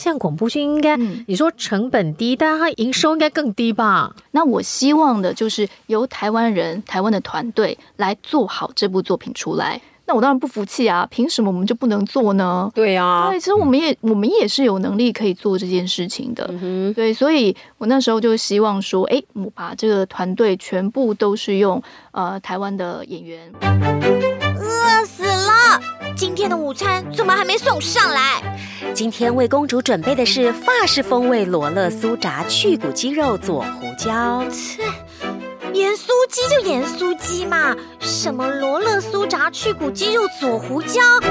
现在广播剧应该，你说成本低，但它营收应该更低吧？ 那我希望的就是由台湾人、台湾的团队来做好这部作品出来。那我当然不服气啊！凭什么我们就不能做呢？ 对啊， 对，其实我们也是有能力可以做这件事情的。对，所以我那时候就希望说，我把这个团队全部都是用台湾的演员。 饿死了！今天的午餐怎么还没送上来？ 今天为公主准备的是法式风味罗勒酥炸去骨鸡肉佐胡椒。 盐酥鸡就盐酥鸡嘛，什么罗勒酥炸去骨鸡肉佐胡椒？你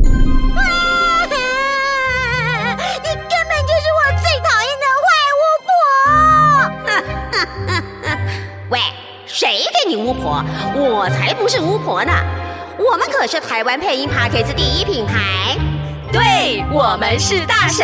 根本就是我最讨厌的坏巫婆！ 喂，谁给你巫婆？我才不是巫婆呢！我们可是台湾配音 Podcast 第一品牌，对，我们是大神。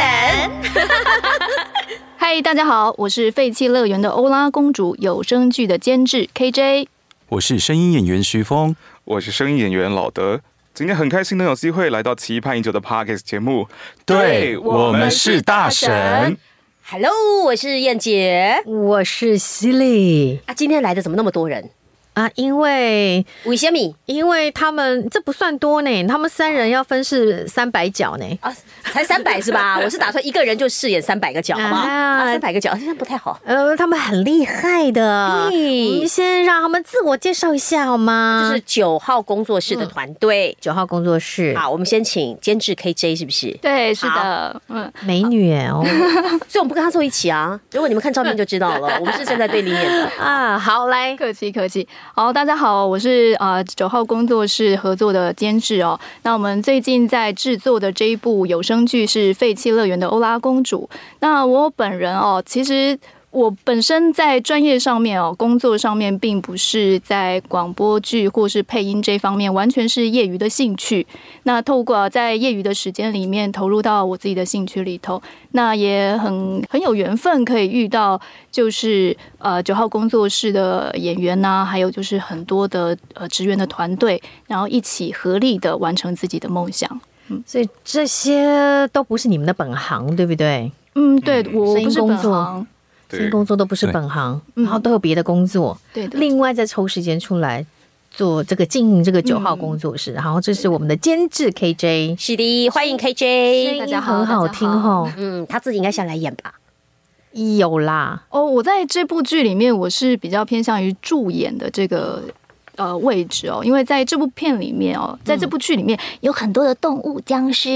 嗨，大家好，我是废弃乐园的欧拉公主有声剧的监制 KJ， 我是声音演员徐峰， 我是声音演员老德。今天很开心能有机会来到期盼已久的 Podcast 节目， 对，我们是大神。 Hello， 我是燕姐， 我是犀利啊。今天来的怎么那么多人？ 因为他们这不算多呢，他们3人要分饰300角呢。 才300是吧？我是打算一个人就饰演300个角，好不好？300个角这样不太好。 他们很厉害的，我们先让他们自我介绍一下好吗？ 就是9号工作室的团队 ，9号工作室。 好，我们先请监制 KJ 是不是？ 对，是的， 美女哦。 所以我们不跟他坐一起啊。如果你们看照片就知道了，我们是站在对立面的啊。好，来， 客气。好，大家好，我是9号工作室合作的监制哦。那我们最近在制作的这一部有声剧是《废弃乐园的欧拉公主》。那我本人其实我本身在专业上面工作上面并不是在广播剧或是配音这方面，完全是业余的兴趣。那透过在业余的时间里面投入到我自己的兴趣里头，那也很有缘分可以遇到就是9号工作室的演员啊，还有就是很多的职员的团队，然后一起合力的完成自己的梦想。 所以这些都不是你们的本行，对不对？ 对，我不是本行。 声音工作都不是本行，然后都有别的工作， 对的， 另外再抽时间出来做这个经营这个9号工作室。然后这是我们的监制 KJ， 是的，欢迎 KJ， 大家好，很好听哦。 他自己应该下来演吧？ 有啦， 我在这部剧里面我是比较偏向于助演的这个位置因为在这部片里面在这部剧里面有很多的动物僵尸。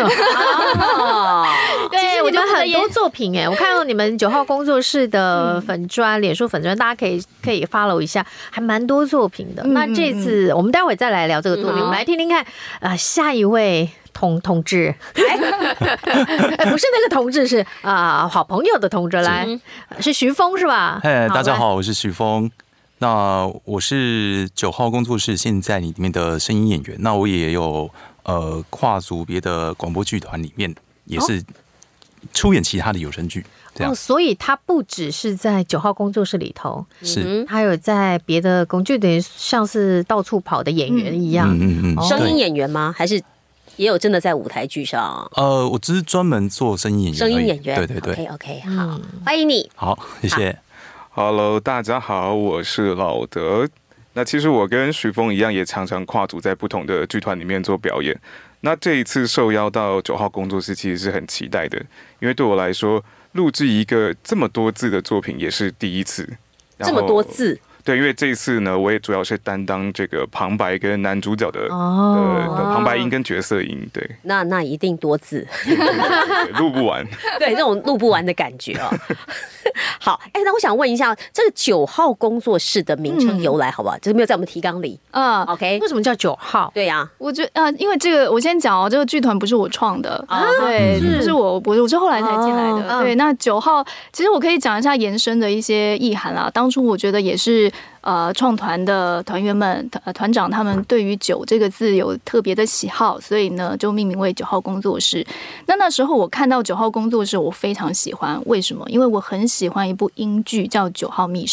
对，我觉得很多作品我看到你们9号工作室的粉专、脸书粉专，大家可以 follow 一下，还蛮多作品的。那这次我们待会再来聊这个作品，我们来听听看下一位同志，不是那个同志，是好朋友的同志，来是徐峰是吧？ 大家好，我是徐峰。那我是9号工作室现在里面的声音演员，那我也有跨足别的广播剧团里面，也是出演其他的有声剧。 所以他不只是在9号工作室里头， 是他有在别的工剧，等于像是到处跑的演员一样。 声音演员吗？还是也有真的在舞台剧上？ 我只是专门做声音演员。 声音演员， 对。 OK， 好，欢迎你。 好，谢谢。 Hello， 大家好，我是老德。那其实我跟徐峰一样，也常常跨组在不同的剧团里面做表演。那这一次受邀到9号工作室，其实是很期待的，因为对我来说，录制一个这么多字的作品也是第一次。 这么多字？ 对，因为这一次呢，我也主要是担当这个旁白跟男主角的旁白音跟角色音。对， 那一定多字， 录不完。 对，那种录不完的感觉好，那我想问一下，这个9号工作室的名称由来好不好？就是没有在我们提纲里。OK， 为什么叫9号？ 对呀， 我觉得因为这个我先讲这个剧团不是我创的对，不是我是后来才进来的。对，那9号其实我可以讲一下延伸的一些意涵啦。当初我觉得也是创团的团员们、团长他们对于9这个字有特别的喜好，所以呢就命名为9号工作室。那时候我看到9号工作室，我非常喜欢，为什么？因为我很喜欢一部英剧叫《9号密室》。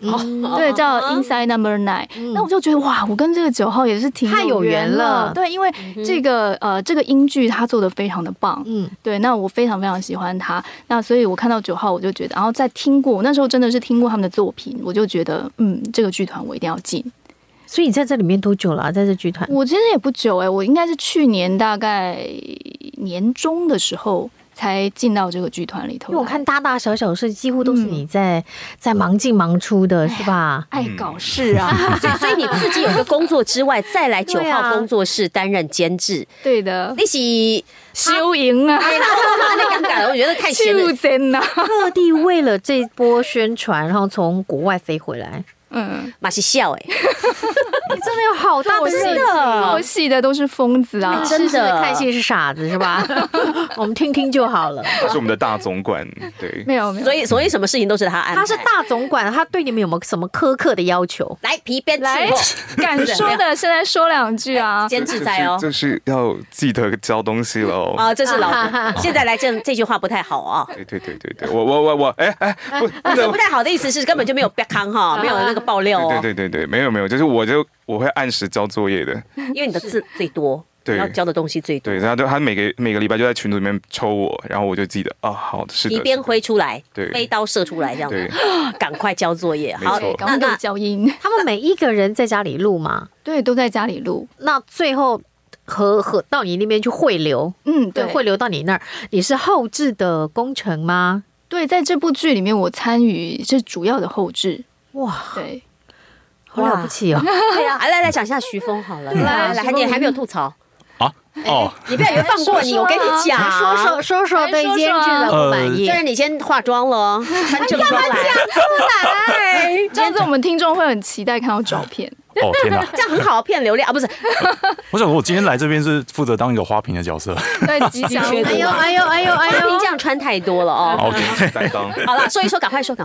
对，叫 Inside Number 9。那我就觉得哇，我跟这个9号也是太有缘了。对，因为这个英剧他做的非常的棒，对，那我非常非常喜欢他。那所以我看到9号，我就觉得，然后再听过，那时候真的是听过他们的作品，我就觉得这个剧团我一定要进。 所以你在这里面多久了在这剧团？ 我其实也不久我应该是去年大概年中的时候才进到这个剧团里头。 因为我看大大小小事几乎都是你在忙进忙出的，是吧？ 爱搞事啊！ 所以你自己有一个工作之外，再来9号工作室担任监制。 对的， 你是收银啊！ 那尴尬了，我觉得太闲了。 特地为了这波宣传，然后从国外飞回来。 马是笑你真的有好大的热情， 做戏的都是疯子啊！ 真的看戏是傻子是吧？我们听听就好了。 他是我们的大总管，对， 没有， 所以什么事情都是他安排。 他是大总管，他对你们有没有什么苛刻的要求？ 来皮鞭来，敢说的现在说2句啊！ 监制在哦， 这是要记得交东西了哦。 啊，这是老的。现在来这句话不太好啊。 对，我不太好的意思是根本就没有别康哈，没有那个爆料哦。 对，没有，就是我会按时交作业的， 因为你的字最多，对，要交的东西最多。 对，然后他每个礼拜就在群组里面抽我，然后我就记得好的，是的， 皮鞭挥出来， 对， 飞刀射出来这样子，赶快交作业。 好， 赶快给我交音。 他们每一个人在家里录吗？ 对，都在家里录。 那最后和到你那边去汇流，对，汇流到你那儿，你是后制的工程吗？ 对，在这部剧里面我参与是主要的后制。哇，对。 好了不起哦！ 对啊，来讲一下徐峰好了。来，还没有吐槽啊？ 你不要以为放过你，我跟你讲， 说对监制的不满意。 虽然你先化妆了，穿正装来， 这样子我们听众会很期待看到照片。 天哪， 这样很好骗流量啊！不是， 我想我今天来这边是负责当一个花瓶的角色。 对，吉祥。 哎呦！ 花瓶这样穿太多了哦。 OK， 担当。 好了，说一说，赶快说。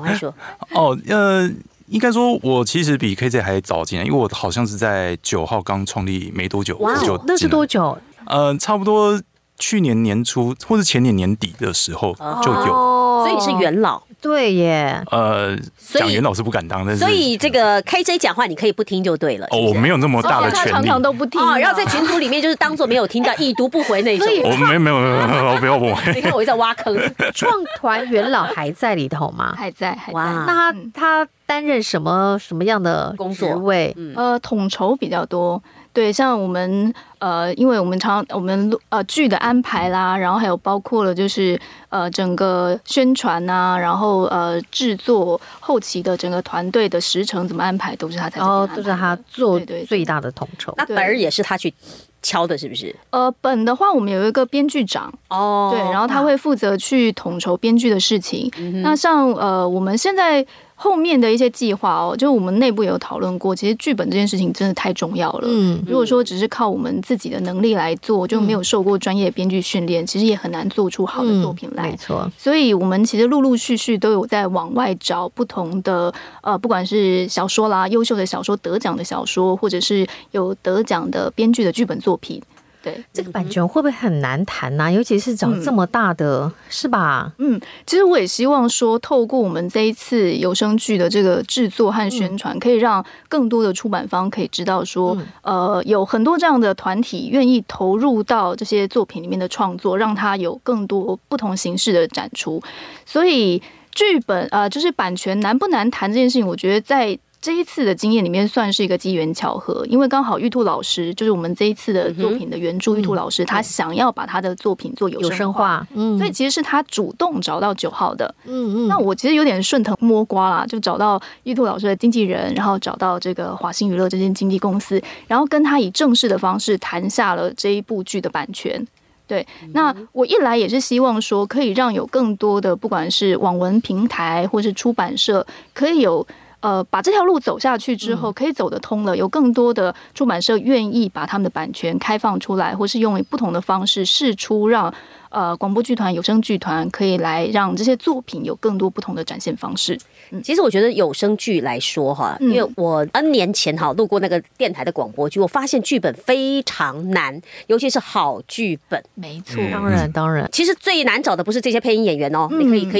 应该说，我其实比 KJ 还早进来，因为我好像是在9号刚创立没多久，我就那是多久？ 差不多去年年初或者前年年底的时候就有， 所以你是元老。 对耶， 讲元老是不敢当，但是所以这个 KJ 讲话你可以不听就对了。 我没有那么大的权利， 他常常都不听然后在群组里面就是当作没有听到，已读不回那种。 我没有，不要问我。 你看我在挖坑。 创团元老还在里头吗？ 还在。 哇， 那他担任什么样的工作职位？ 统筹比较多。对，像我们因为我们剧的安排啦，然后还有包括了就是整个宣传啊，然后制作后期的整个团队的时程怎么安排，都是他在都是他做最大的统筹。 那本儿也是他去敲的，是不是？ 本的话，我们有一个编剧长对，然后他会负责去统筹编剧的事情。那像我们现在后面的一些计划就我们内部有讨论过，其实剧本这件事情真的太重要了。如果说只是靠我们自己的能力来做，就没有受过专业编剧训练，其实也很难做出好的作品来。 没错， 所以我们其实陆陆续续都有在往外找不同的不管是小说啦，优秀的小说、得奖的小说，或者是有得奖的编剧的剧本作品。对， 这个版权会不会很难谈啊？尤其是找这么大的，是吧？ 其实我也希望说，透过我们这一次有声剧的这个制作和宣传，可以让更多的出版方可以知道说，有很多这样的团体愿意投入到这些作品里面的创作，让它有更多不同形式的展出。所以剧本就是版权难不难谈这件事情，我觉得在这一次的经验里面算是一个机缘巧合，因为刚好玉兔老师就是我们这一次的作品的原著玉兔老师，他想要把他的作品做有声化，所以其实是他主动找到9号的。那我其实有点顺藤摸瓜啦，就找到玉兔老师的经纪人，然后找到这个华星娱乐这间经纪公司，然后跟他以正式的方式谈下了这一部剧的版权。对，那我一来也是希望说，可以让有更多的不管是网文平台或是出版社，可以有把这条路走下去之后，可以走得通了，有更多的出版社愿意把他们的版权开放出来，或是用不同的方式释出，让广播剧团、有声剧团可以来让这些作品有更多不同的展现方式。 其实我觉得有声剧来说哈，因为我 N 年前录过那个电台的广播剧，我发现剧本非常难，尤其是好剧本。 没错， 当然。 其实最难找的不是这些配音演员哦，你可以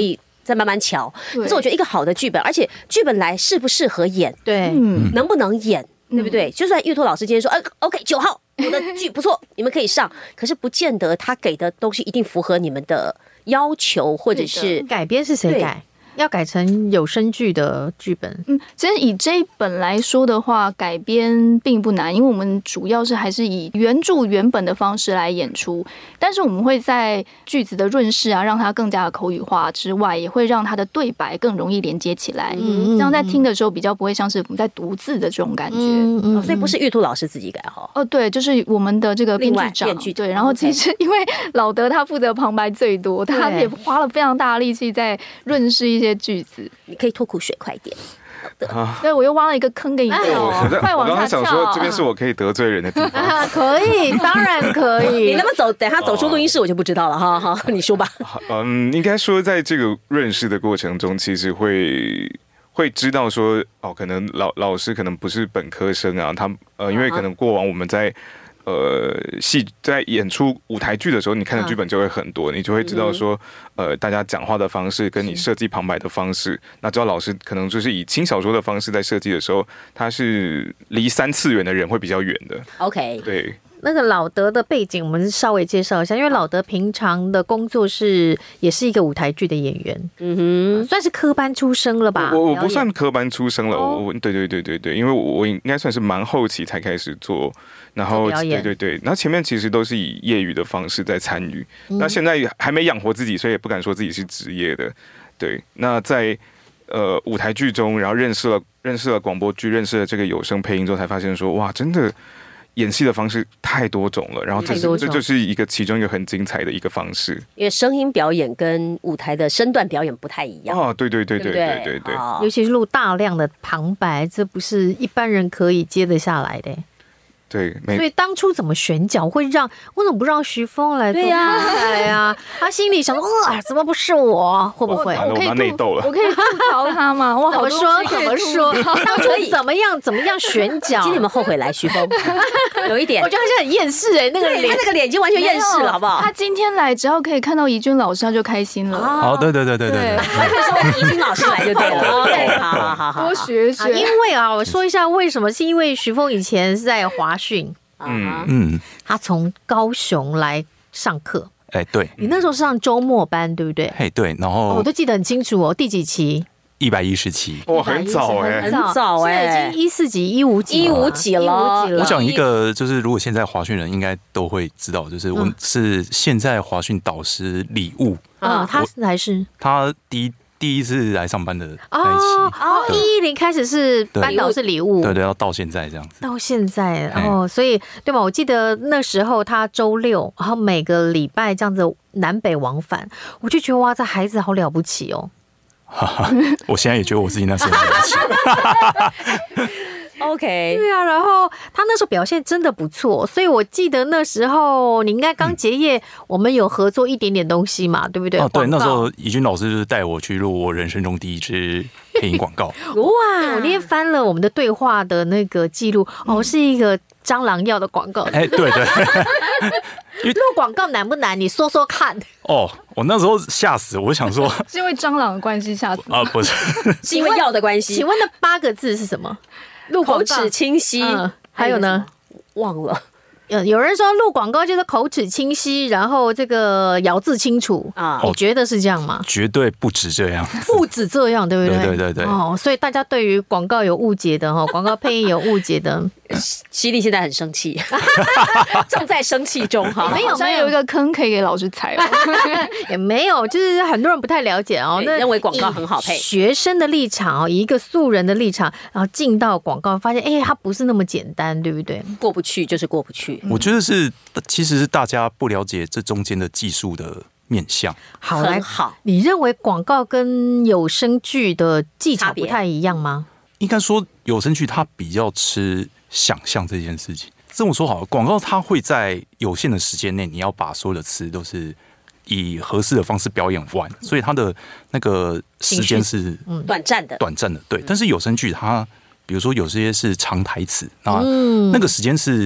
再慢慢瞧。可是我觉得一个好的剧本，而且剧本来适不适合演， 对， 能不能演，对不对？就算玉兔老师今天说，OK 9号，我的剧不错，你们可以上，可是不见得他给的东西一定符合你们的要求，或者是改编是谁改？要改成有声剧的剧本。 其实以这一本来说的话，改编并不难，因为我们主要是还是以原著原本的方式来演出，但是我们会在句子的润饰啊，让它更加的口语化之外，也会让它的对白更容易连接起来，这样在听的时候比较不会像是我们在读字的这种感觉。 所以不是玉兔老师自己改哈？ 对，就是我们的这个编剧长。对，然后其实因为老德他负责旁白最多，他也花了非常大的力气在润饰一些句子。 你可以吐苦水快一点。 对，我又挖了一个坑给你跳，快往下跳。 我刚刚想说，这边是我可以得罪人的地方。 可以，当然可以。 你那么走，等他走出录音室，我就不知道了哈。好，你说吧。 应该说，在这个认识的过程中，其实会知道说，可能老师可能不是本科生啊，他因为可能过往我们在在演出舞台剧的时候，你看的剧本就会很多，你就会知道说，大家讲话的方式跟你设计旁白的方式，那知道老师可能就是以轻小说的方式在设计的时候，他是离3次元的人会比较远的。 OK， 对。 那个老德的背景，我们稍微介绍一下，因为老德平常的工作也是一个舞台剧的演员，算是科班出身了吧？ 我不算科班出身了，对，因为我应该算是蛮后期才开始做，然后对，然后前面其实都是以业余的方式在参与，那现在还没养活自己，所以也不敢说自己是职业的，对。那在舞台剧中，然后认识了广播剧，认识了这个有声配音之后，才发现说，哇，真的。演戏的方式太多种了，然后这就是其中一个很精彩的一个方式。 因为声音表演跟舞台的身段表演不太一样。 对， 尤其是录大量的旁白，这不是一般人可以接得下来的。 对， 所以当初怎么选角为什么不让徐峰来做旁白啊？他心里想说，怎么不是我？会不会？ 我可以内斗了，我可以吐槽他吗？我怎么说？当初怎么样选角？ 今天你们后悔来徐峰，有一点， 我觉得他现在很厌世那个脸， 他那个脸已经完全厌世了，好不好？ 他今天来，只要可以看到怡君老师，他就开心了。 好，对，他可以说怡君老师来就对了。好， 多学。 因为我说一下为什么，是因为徐峰以前是在华讯，他从高雄来上课。 对， 你那时候是上周末班，对不对？ 对，然后我都记得很清楚第几期 ？110期， 哇，很早很早现在已经14集、15集了。 我讲一个，就是如果现在华讯人应该都会知道，就是我是现在华讯导师礼物他还是他第一次来上班的那一期 110开始是班导是礼物， 对，要到现在这样子， 到现在所以对吧？我记得那时候他周六，然后每个礼拜这样子南北往返，我就觉得哇，这孩子好了不起哦。 我现在也觉得我自己那时候了不起。 OK， 对啊，然后他那时候表现真的不错，所以我记得那时候你应该刚结业，我们有合作一点点东西嘛，对不对？ 对，那时候怡君老师就是带我去录我人生中第一支配音广告。 哇！我那天翻了我们的对话的那个记录，是一个蟑螂药的广告。 对。 录广告难不难？你说说看。 我那时候吓死，我想说是因为蟑螂的关系吓死不是， 是因为药的关系。 请问那8个字是什么？ 口齿清晰， 还有呢？ 忘了。 有人说录广告就是口齿清晰，然后这个咬字清楚你觉得是这样吗？ 绝对不止这样， 不止这样，对不对？ 对。 所以大家对于广告有误解的广告配音有误解的。 犀利现在很生气，正在生气中哈。 没有一个坑可以给老师踩， 也没有，就是很多人不太了解认为广告很好配。 学生的立场以一个素人的立场，然后进到广告，发现它不是那么简单，对不对？ 过不去就是过不去。 我觉得其实是大家不了解这中间的技术的面向。 好，你认为广告跟有声剧的技巧不太一样吗？ 应该说有声剧它比较吃想象这件事情。这么说好了，广告它会在有限的时间内，你要把所有的词都是以合适的方式表演完，所以它的那个时间是短暂的。 对。但是有声剧它，比如说有些是长台词，那个时间是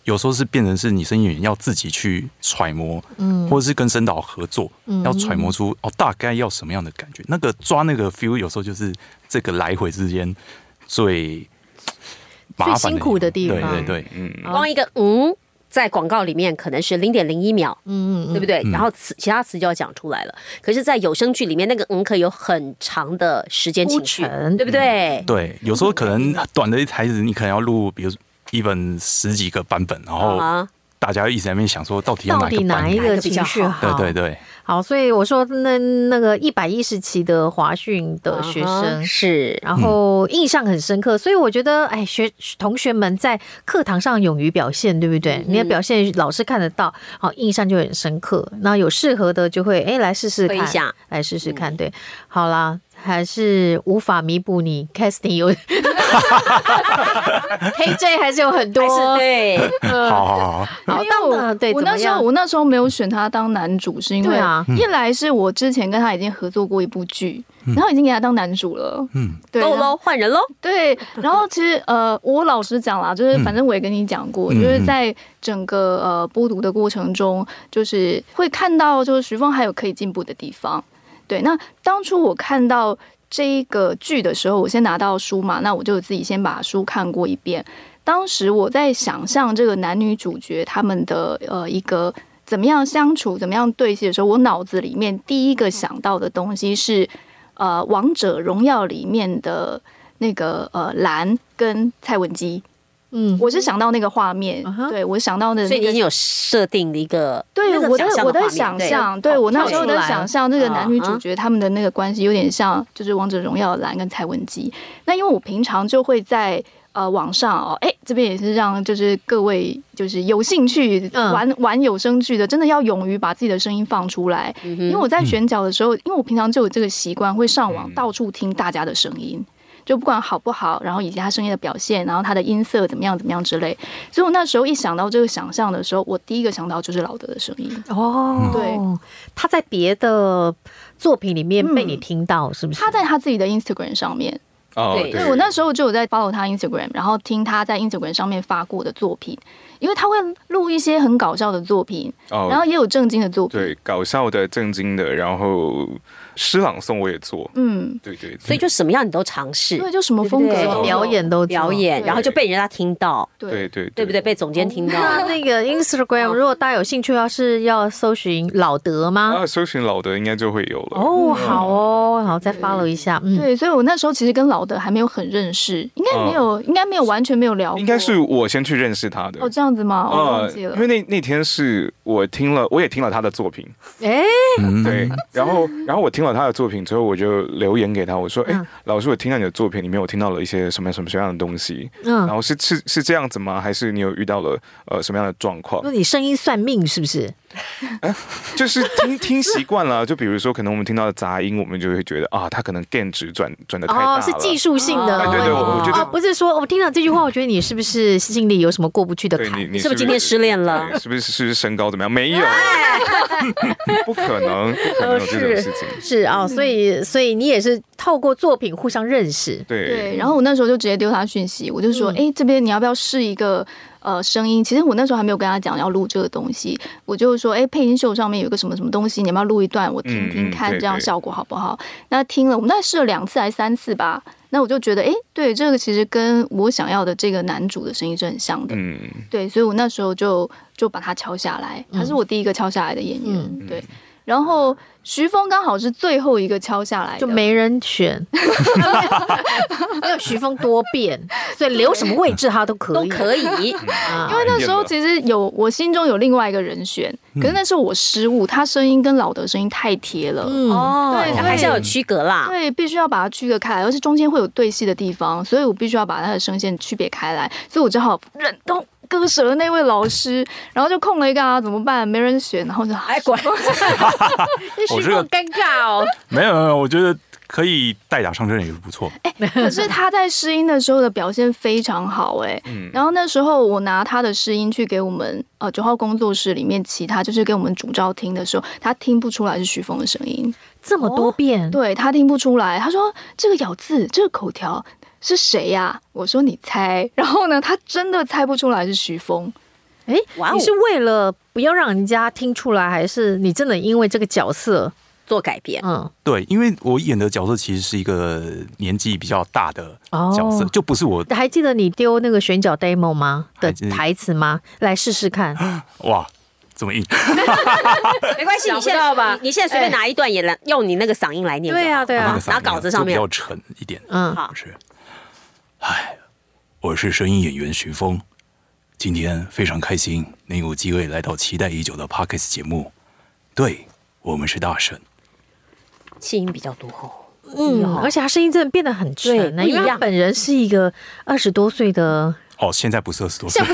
有时候是变成是你声音演员要自己去揣摩，或者是跟声导合作，要揣摩出大概要什么样的感觉。那个抓那个 feel， 有时候就是这个来回之间最麻烦最辛苦的地方。 对对对， 光一个在广告里面可能是0.01秒，对不对？然后其他词就要讲出来了。可是，在有声剧里面，那个可以有很长的时间情绪，对不对？ 对，有时候可能短的台词，你可能要录，比如even 10几个版本，然后大家一直在那边想说，到底要哪一个情绪好？ 对对对。 好，所以我说那个110期的华讯的学生是， 然后印象很深刻，所以我觉得，同学们在课堂上勇于表现，对不对？你的表现老师看得到，好，印象就很深刻。那有适合的就会来试试看，来试试看。对，好啦，还是无法弥补你 casting 有KJ 还是有很多对， 好， 因为我那时候没有选他当男主，是因为一来是我之前跟他已经合作过一部剧，然后已经给他当男主了， 对，够喽，换人喽。 对，然后其实我老实讲啦，就是反正我也跟你讲过，就是在整个播读的过程中，就是会看到就是徐峰还有可以进步的地方。对，那当初我看到这一个剧的时候，我先拿到书嘛，那我就自己先把书看过一遍。当时我在想象这个男女主角他们的一个怎么样相处、怎么样对戏的时候，我脑子里面第一个想到的东西是王者荣耀里面的那个蓝跟蔡文姬。我是想到那个画面，对我想到的， 所以你已经有设定的一个， 对我的想象，对我那时候的想象，这个男女主角他们的那个关系有点像，就是王者荣耀的蓝跟蔡文姬。那因为我平常就会在网上这边也是让就是各位就是有兴趣玩有声剧的，真的要勇于把自己的声音放出来。因为我在选角的时候，因为我平常就有这个习惯，会上网到处听大家的声音。就不管好不好，然后以及他声音的表现，然后他的音色怎么样之类，所以我那时候一想到这个想象的时候，我第一个想到就是老德的声音。对， 他在别的作品里面被你听到，是不是？ 他在他自己的 Instagram 上面。对，我那时候就有在 follow 他 Instagram， 然后听他在 Instagram 上面发过的作品，因为他会录一些很搞笑的作品，然后也有正经的作品， 对，搞笑的、正经的，然后诗朗诵我也做，对， 所以就什么样你都尝试， 对，就什么风格都表演都表演，然后就被人家听到， 对， 对不对？被总监听到。 那个 Instagram 如果大家有兴趣，要搜寻老德吗？ 搜寻老德应该就会有了。 好然后再 follow 一下。 对，所以我那时候其实跟老德还没有很认识，应该没有完全没有聊过。 应该是我先去认识他的。 这样子吗？我忘记了。 因为那天是我也听了他的作品，对，然后我听了他的作品之后，我就留言给他，我说，老师，我听到你的作品里面，我听到了一些什么样的东西，然后是这样子吗？还是你有遇到了什么样的状况？ 那你声音算命是不是？ 就是听习惯了，就比如说，可能我们听到的杂音，我们就会觉得他可能 gain 值转的太大了， 是技术性的。 对，我觉得不是说我听到这句话，我觉得你是不是心里有什么过不去的坎？ 你是不是今天失恋了？ 是不是身高怎么样？没有，不可能有这种事情。 是所以你也是透过作品互相认识。 对，然后我那时候就直接丢他讯息，我就说，这边你要不要试一个？声音，其实我那时候还没有跟他讲要录这个东西，我就说，配音秀上面有个什么东西，你要不要录一段，我听听看，这样效果好不好？那听了，我们大概试了2次还是3次吧。那我就觉得，对，这个其实跟我想要的这个男主的声音是很像的。对，所以我那时候就把他敲下来，他是我第一个敲下来的演员。对。然后徐峰刚好是最后一个敲下来的， 就没人选，因为徐峰多变，所以留什么位置他都可以， 因为那时候其实我心中有另外一个人选，可是那是我失误，他声音跟老德声音太贴了， 对，还是要有区隔啦， 对，必须要把它区隔开来，而且中间会有对戏的地方，所以我必须要把他的声线区别开来，所以我只好忍痛割舍了那位老师，然后就空了一个怎么办？没人选，然后就管， 徐峰尴尬哦。 没有，我觉得可以代打上阵也不错。 可是他在试音的时候的表现非常好然后那时候我拿他的试音去给我们9号工作室里面其他就是给我们主招听的时候，他听不出来是徐峰的声音， 这么多遍， 对他听不出来。他说这个咬字，这个口条。是谁呀？我说你猜，然后呢，他真的猜不出来是徐峰， 哎，你是为了不要让人家听出来，还是你真的因为这个角色做改变？ 对，因为我演的角色其实是一个年纪比较大的角色，就不是我。 还记得你丢那个选角 demo 吗？的台词吗？来试试看。 哇，这么硬？ 没关系，你现在随便拿一段也用你那个嗓音来念。 对啊，对啊， 拿稿子上面比较沉一点。 好。 嗨，我是声音演员徐峰。今天非常开心能有机会来到期待已久的 Podcast 节目。对，我们是大神， 气音比较多而且他声音真的变得很沉，因为他本人是一个20多岁的。 现在不是20多岁，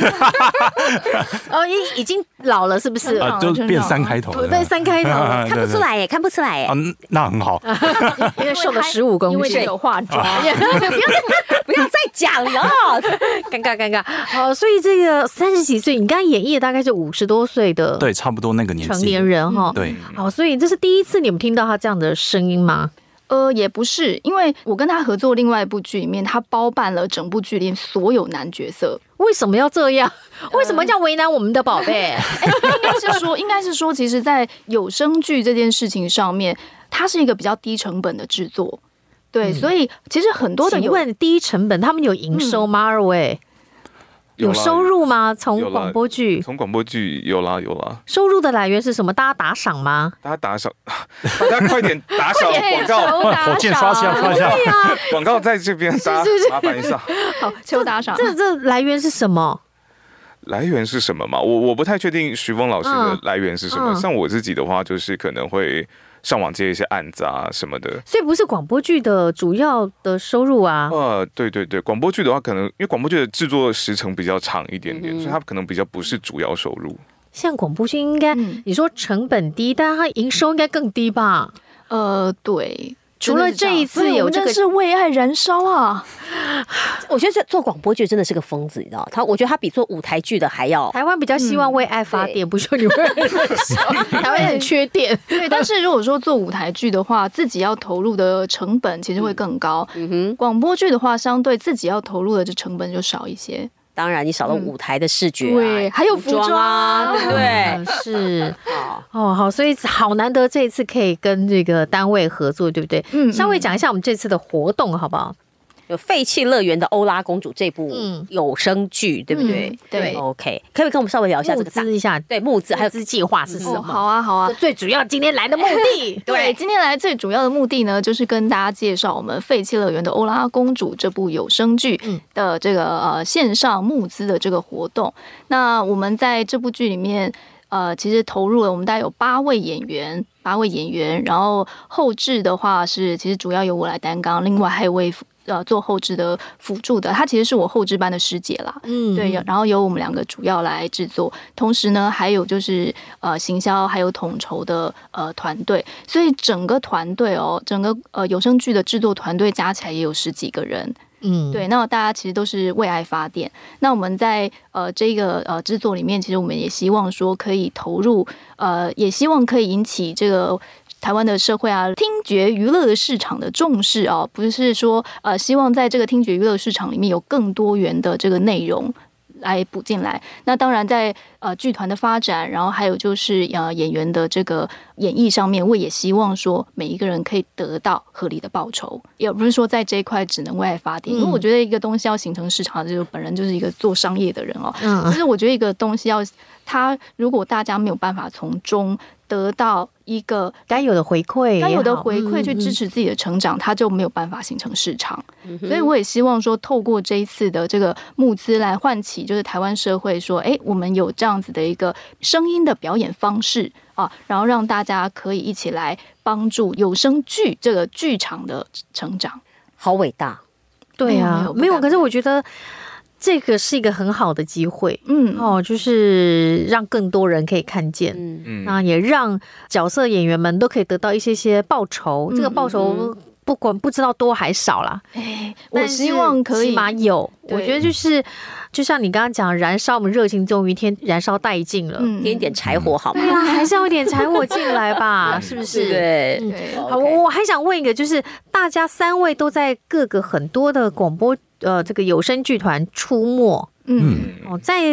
已经老了，是不是？ 就变3开头了， 对，3开头， 看不出来耶，看不出来耶。 那很好， 因为瘦了15公斤， 因为是有化妆， 不要再讲了， 尴尬。好，所以这个30几岁，你刚刚演绎的大概是50多岁的， 对，差不多那个年纪成年人哈。 对， 好，所以这是第一次你们听到他这样的声音吗？ 也不是，因为我跟他合作另外一部剧里面，他包办了整部剧里面所有男角色。 为什么要这样？为什么这样为难我们的宝贝？ 应该是说，其实，在有声剧这件事情上面，它是一个比较低成本的制作。对，所以其实很多的请问低成本，他们有营收吗？二位？有收入吗？从广播剧， 从广播剧有啦。 收入的来源是什么？大家打赏吗？ 大家打赏，大家快点打赏广告， 火箭刷一下。 对呀， 广告在这边，大家麻烦一下。 好，求打赏。 这来源是什么？ 来源是什么嘛？我不太确定徐峰老师的来源是什么。像我自己的话，就是可能会上网接一些案子啊什么的， 所以不是广播剧的主要的收入啊。 对，广播剧的话，可能因为广播剧的制作时程比较长一点点，所以它可能比较不是主要收入。 像广播剧应该，你说成本低，但它营收应该更低吧？ 对。 除了这一次有这个是为爱燃烧啊！ 我觉得做广播剧真的是个疯子，你知道？我觉得他比做舞台剧的还要。 台湾比较希望为爱发电，不是说你为爱燃烧。台湾很缺电， 对。但是如果说做舞台剧的话，自己要投入的成本其实会更高。广播剧的话，相对自己要投入的这成本就少一些。 当然，你少了舞台的视觉， 对，还有服装啊， 对不对？ 是好，所以好难得这一次可以跟这个单位合作，对不对？稍微讲一下我们这次的活动好不好？ 有废弃乐园的欧拉公主这部有声剧，对不对？ 对 ，OK， 可不可以跟我们稍微聊一下这个募资一下？ 对，募资还有计划是什么？ 好啊， 最主要今天来的目的， 对，今天来最主要的目的呢，就是跟大家介绍我们废弃乐园的欧拉公主这部有声剧的这个线上募资的这个活动。那我们在这部剧里面，其实投入了我们大概有8位演员，然后后制的话是其实主要由我来担纲，另外还有位做后制的辅助的，她其实是我后制班的师姐啦，对，然后由我们2个主要来制作，同时呢还有就是行销还有统筹的团队，所以整个团队整个有声剧的制作团队加起来也有10几个人。对，那大家其实都是为爱发电。那我们在这个制作里面，其实我们也希望说可以投入，也希望可以引起这个台湾的社会啊，听觉娱乐的市场的重视哦，不是说希望在这个听觉娱乐市场里面有更多元的这个内容来补进来。那当然在剧团的发展，然后还有就是演员的这个演绎上面，我也希望说每一个人可以得到合理的报酬，也不是说在这一块只能为爱发电。因为我觉得一个东西要形成市场，就是本人就是一个做商业的人就是我觉得一个东西它如果大家没有办法从中得到一个该有的回馈， 去支持自己的成长，它就没有办法形成市场。所以我也希望说，透过这一次的这个募资来唤起，就是台湾社会说，我们有这样子的一个声音的表演方式啊，然后让大家可以一起来帮助有声剧这个剧场的成长。 好伟大， 对啊，没有，可是我觉得。这个是一个很好的机会，就是让更多人可以看见，那也让角色演员们都可以得到一些报酬，这个报酬不知道多还少啦， 我希望可以起码有，我觉得就像你刚刚讲，燃烧我们热情终于燃烧殆尽了， 点一点柴火好吗？ 对啊，还是要一点柴火进来吧，是不是？ 对， 好，我还想问一个，就是大家3位都在各个很多的广播这个有声剧团出没，在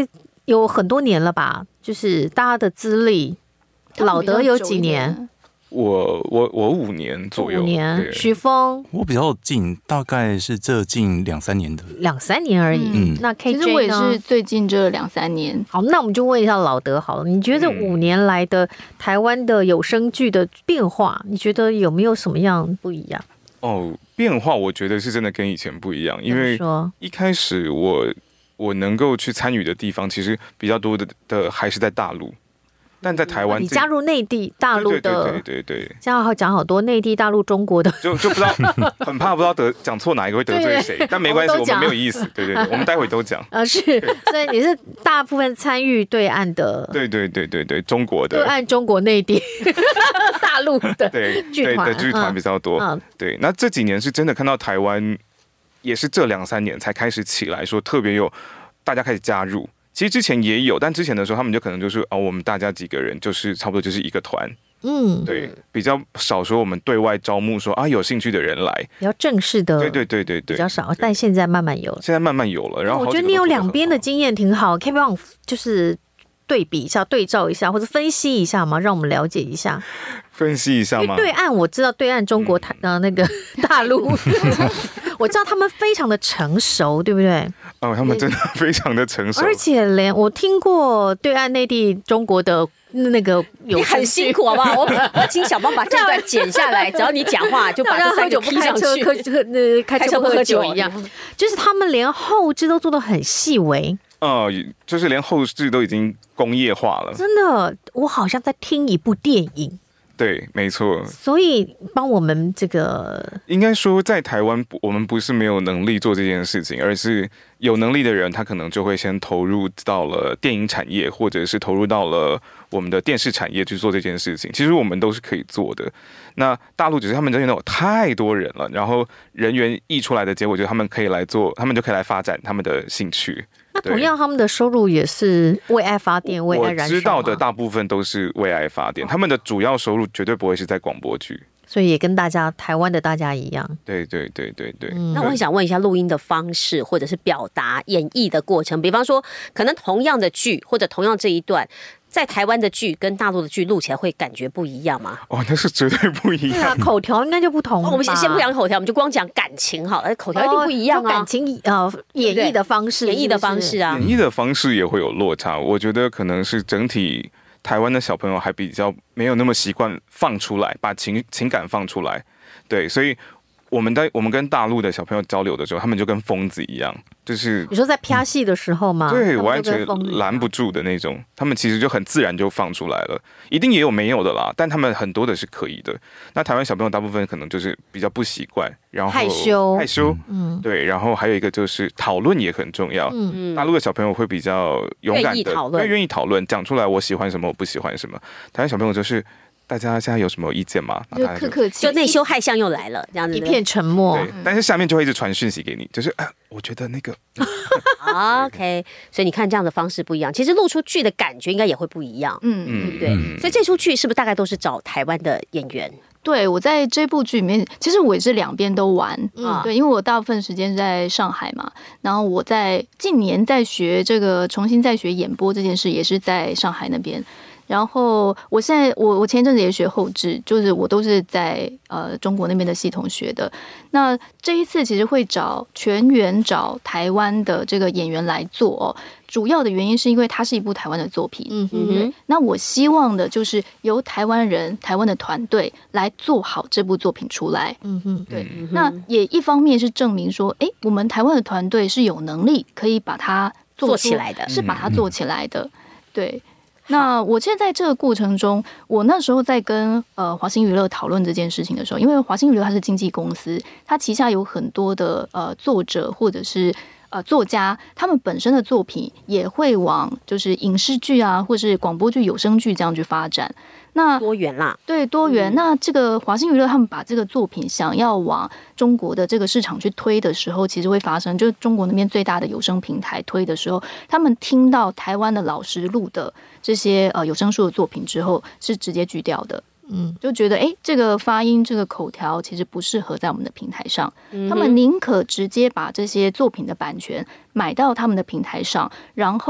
有很多年了吧？就是大家的资历，老德有几年？ 我5年左右。 5年。徐峰， 我比较近，大概是这近2-3年的 ，2-3年而已。那 KJ 呢？ 其实我也是最近这2-3年。 好，那我们就问一下老德好了，你觉得这5年来的台湾的有声剧的变化，你觉得有没有什么样不一样？ 变化我觉得是真的跟以前不一样，因为一开始我能够去参与的地方，其实比较多的还是在大陆。但在台湾， 你加入内地大陆的， 对， 这样讲好多内地大陆中国的， 就不知道，很怕不知道讲错哪一个会得罪谁，但没关系，我们没有意思，对，我们待会都讲。 是，所以你是大部分参与对岸的， 对，中国的对岸中国内地大陆的剧团比较多。对，那这几年是真的看到台湾，也是这2-3年才开始起来，说特别有大家开始加入。其实之前也有，但之前的时候他们就可能就是我们大家几个人就是差不多就是一个团，对，比较少说我们对外招募说有兴趣的人来， 比较正式的， 对， 比较少，但现在慢慢有了， 然后我觉得你有2边的经验挺好，可以帮我就是对比一下、对照一下，或者分析一下嘛，让我们了解一下。 分析一下吗？ 因为对岸我知道，对岸中国那个大陆，我知道他们非常的成熟，对不对？ 他们真的非常的成熟， 而且连我听过对岸内地中国的那个有很辛苦，好不好？我请小帮把这段剪下来，只要你讲话就把这3个踢上去， 开车不喝酒一样，就是他们连后制都做得很细微。 就是连后制都已经工业化了， 真的，我好像在听一部电影。 对，没错。 所以帮我们这个， 应该说在台湾，我们不是没有能力做这件事情，而是有能力的人，他可能就会先投入到了电影产业，或者是投入到了我们的电视产业去做这件事情。其实我们都是可以做的。那大陆只是他们这边有太多人了，然后人员溢出来的结果就是他们可以来做，他们就可以来发展他们的兴趣。 那同样，他们的收入也是为爱发电、为爱燃烧。 我知道的大部分都是为爱发电，他们的主要收入绝对不会是在广播剧。 所以也跟台湾的大家一样。 对。 那我很想问一下，录音的方式或者是表达、演绎的过程，比方说，可能同样的剧或者同样这一段，在台湾的剧跟大陆的剧录起来会感觉不一样吗？ 那是绝对不一样。 对啊，口条应该就不同。 我们先不讲口条，我们就光讲感情好了，口条一定不一样啊。 感情演绎的方式， 演绎的方式啊， 演绎的方式也会有落差。我觉得可能是整体台湾的小朋友还比较没有那么习惯放出来，把情感放出来。对，所以我们跟大陆的小朋友交流的时候，他们就跟疯子一样，就是你说在拍戏的时候吗？ 对，完全拦不住的那种。他们其实就很自然就放出来了，一定也有没有的啦，但他们很多的是可以的。那台湾小朋友大部分可能就是比较不习惯，然后害羞，对，然后还有一个就是讨论也很重要。大陆的小朋友会比较勇敢的，愿意讨论，讲出来我喜欢什么，我不喜欢什么。台湾小朋友就是大家现在有什么意见吗？ 就客客气， 就内羞害相又来了，这样子一片沉默。 对，但是下面就会一直传讯息给你，就是我觉得那个 OK， 所以你看这样的方式不一样，其实录出剧的感觉应该也会不一样，对不对？所以这出剧是不是大概都是找台湾的演员？ 对，我在这部剧里面，其实我也是2边都玩，对，因为我大部分时间是在上海嘛，然后我在近年在学这个重新在学演播这件事，也是在上海那边。然后我现在我前一阵子也学后制，就是我都是在中国那边的系统学的。那这一次其实会全员找台湾的这个演员来做主要的原因是因为它是一部台湾的作品。那我希望的就是由台湾的团队来做好这部作品出来。对。那也一方面是证明说，我们台湾的团队是有能力可以把它做起来的， 是把它做起来的。对。那我现在在这个过程中，我那时候在跟华星娱乐讨论这件事情的时候，因为华星娱乐它是经纪公司，它旗下有很多的作者或者是作家，他们本身的作品也会往就是影视剧啊，或是广播剧、有声剧这样去发展。那多元啦， 对，多元。那这个华星娱乐他们把这个作品想要往中国的这个市场去推的时候，其实会发生，就是中国那边最大的有声平台推的时候，他们听到台湾的老师录的这些有声书的作品之后，是直接拒掉的。就觉得这个发音、这个口条其实不适合在我们的平台上。他们宁可直接把这些作品的版权买到他们的平台上，然后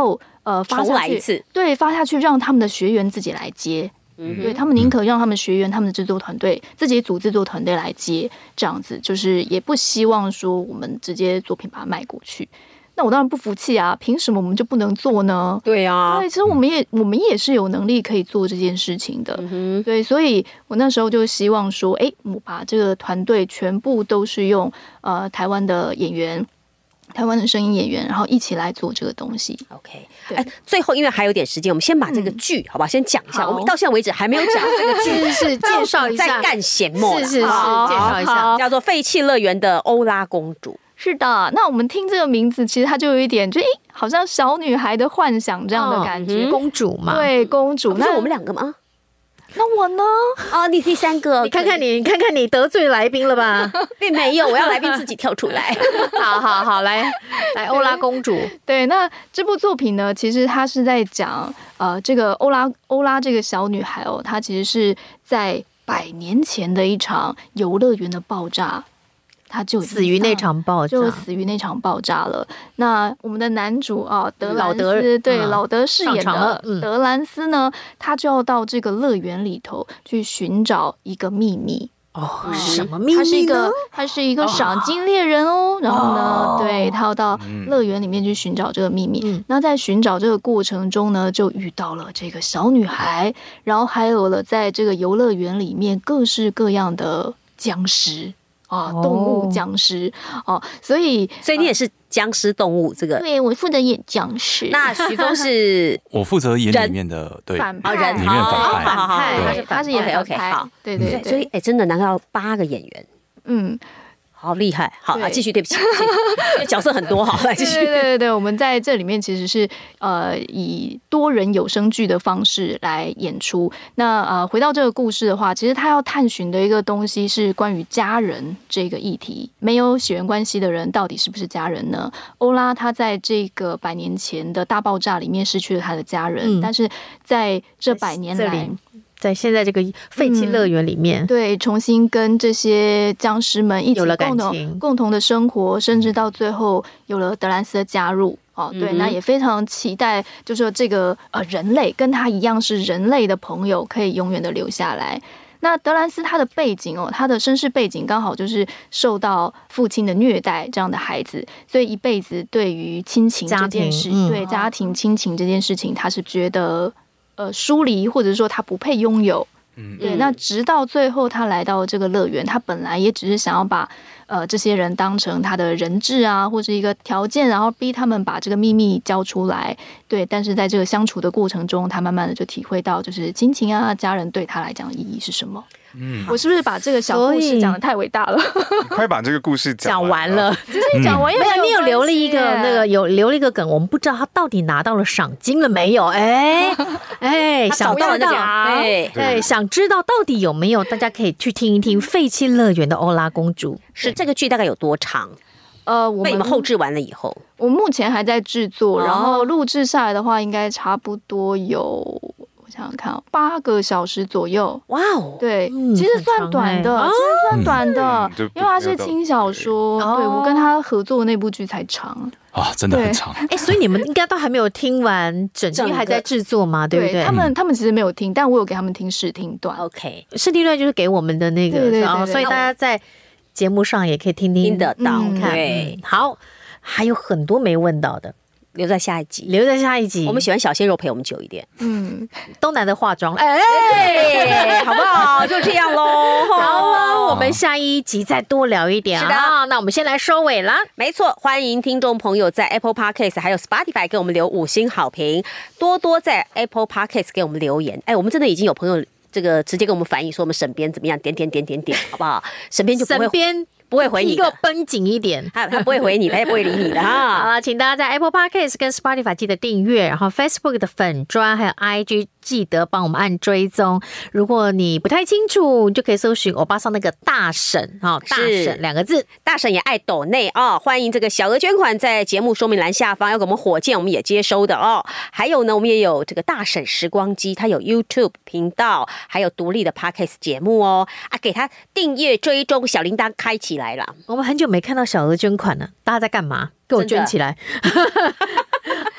发下去，对，发下去让他们的学员自己来接。对，他们宁可让他们学员、他们的制作团队自己组制作团队来接，这样子就是也不希望说我们直接作品把它卖过去。那我当然不服气啊！凭什么我们就不能做呢？ 对啊， 对，其实我们也是有能力可以做这件事情的。对，所以我那时候就希望说，我把这个团队全部都是用台湾的演员。台湾的声音演员，然后一起来做这个东西。 OK， 最后因为还有点时间，我们先把这个剧，好吧，先讲一下。我们到现在为止还没有讲这个剧， 是介绍一下在干什么？ 是，介绍一下， 叫做《废弃乐园的欧拉公主》。 是的，那我们听这个名字，其实它就有一点，就好像小女孩的幻想这样的感觉， 公主嘛， 对，公主。 那我们两个吗？ 那我呢？ 你第三个， 你看看你得罪来宾了吧？ 并没有，我要来宾自己跳出来。 好，来欧拉公主。 对，那这部作品呢，其实它是在讲这个欧拉这个小女孩哦，她其实是在100年前的一场游乐园的爆炸。他就死于那场爆炸了。那我们的男主老德饰演的德兰斯呢，他就要到这个乐园里头去寻找一个秘密。 什么秘密呢？ 他是一个赏金猎人哦。然后呢，对，他要到乐园里面去寻找这个秘密。那在寻找这个过程中呢，就遇到了这个小女孩，然后还有了在这个游乐园里面各式各样的僵尸。动物僵尸所以你也是僵尸动物这个？ 对，我负责演僵尸。 那徐峰是我负责演里面的反派， 里面反派， 他是演反派。对， 所以真的难道要8个演员？好厉害！好继续，对不起，因为角色很多，好来继续。 对，我们在这里面其实是以多人有声剧的方式来演出。那回到这个故事的话，其实他要探寻的一个东西是关于家人这个议题。没有血缘关系的人到底是不是家人呢？欧拉他在这个100年前的大爆炸里面失去了他的家人，但是在这100年来。 在现在这个废弃乐园里面， 对，重新跟这些僵尸们一起共同的生活，甚至到最后有了德兰斯的加入。对，那也非常期待，就是说这个人类跟他一样是人类的朋友，可以永远的留下来。那德兰斯他的背景他的身世背景刚好就是受到父亲的虐待这样的孩子，所以一辈子对于亲情这件事，对家庭亲情这件事情，他是觉得。疏离，或者说他不配拥有，对。那直到最后，他来到这个乐园，他本来也只是想要把这些人当成他的人质啊，或者一个条件，然后逼他们把这个秘密交出来，对。但是在这个相处的过程中，他慢慢的就体会到，就是亲情啊、家人对他来讲的意义是什么。我是不是把这个小故事讲得太伟大了？ 你快把这个故事讲完了。 其实你讲完也没有， 你有留了一个留了一个梗，我们不知道他到底拿到了赏金了没有？想到想知道到底有没有？大家可以去听一听《废弃乐园的欧拉公主》。 是这个剧大概有多长？被你们后制完了以后， 我目前还在制作，然后录制下来的话，应该差不多有。想想看，8个小时左右。 哇哦， 对，其实算短的，因为它是轻小说。对，我跟他合作的那部剧才长真的很长。 所以你们应该都还没有听完整剧，还在制作嘛，对不对？ 他们其实没有听，但我有给他们听试听段。 OK， 试听段就是给我们的那个，所以大家在节目上也可以听得到。 对，好，还有很多没问到的。 留在下一集，我们喜欢小鲜肉陪我们久一点。 都难得化妆， 好不好？就这样咯。 好，我们下一集再多聊一点。是的，那我们先来收尾了。 没错，欢迎听众朋友在 Apple Podcast 还有 Spotify 给我们留5星好评，多多在 Apple Podcast 给我们留言。我们真的已经有朋友这个直接跟我们反映说我们审编怎么样，点，好不好？审编就不会回你的， 一个绷紧一点， 他不会回你，他也不会理你的哈。 好了，请大家在 Apple Podcast 跟 Spotify 记得订阅，然后 Facebook 的粉专还有 IG 记得帮我们按追踪。如果你不太清楚，就可以搜寻欧巴桑那个大婶大婶2个字， 大婶也爱抖内欢迎这个小额捐款在节目说明栏下方，要给我们火箭，我们也接收的还有呢，我们也有这个大婶时光机，它有 YouTube 频道，还有独立的 Podcast 节目给他订阅追踪，小铃铛开起来了。 我们很久没看到小额捐款了，大家在干嘛？给我捐起来。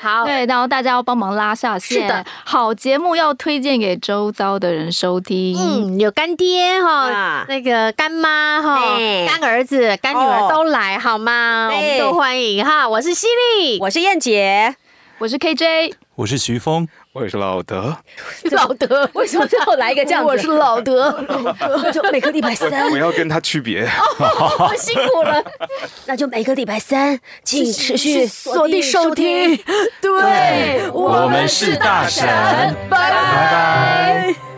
好， 对，然后大家要帮忙拉下线。 是的， 好节目要推荐给周遭的人收听。 有干爹哈，那个干妈哈，干儿子、干女儿都来好吗？我们都欢迎哈。我是犀利， 我是燕姐， 我是 KJ， 我是徐峰， 我也是老德。 老德， 为什么最后来一个这样子？ 我是老德， 那就每个礼拜三， 我要跟他区别。 我辛苦了。 那就每个礼拜三，请持续锁定收听。对， 我们是大神， 拜拜。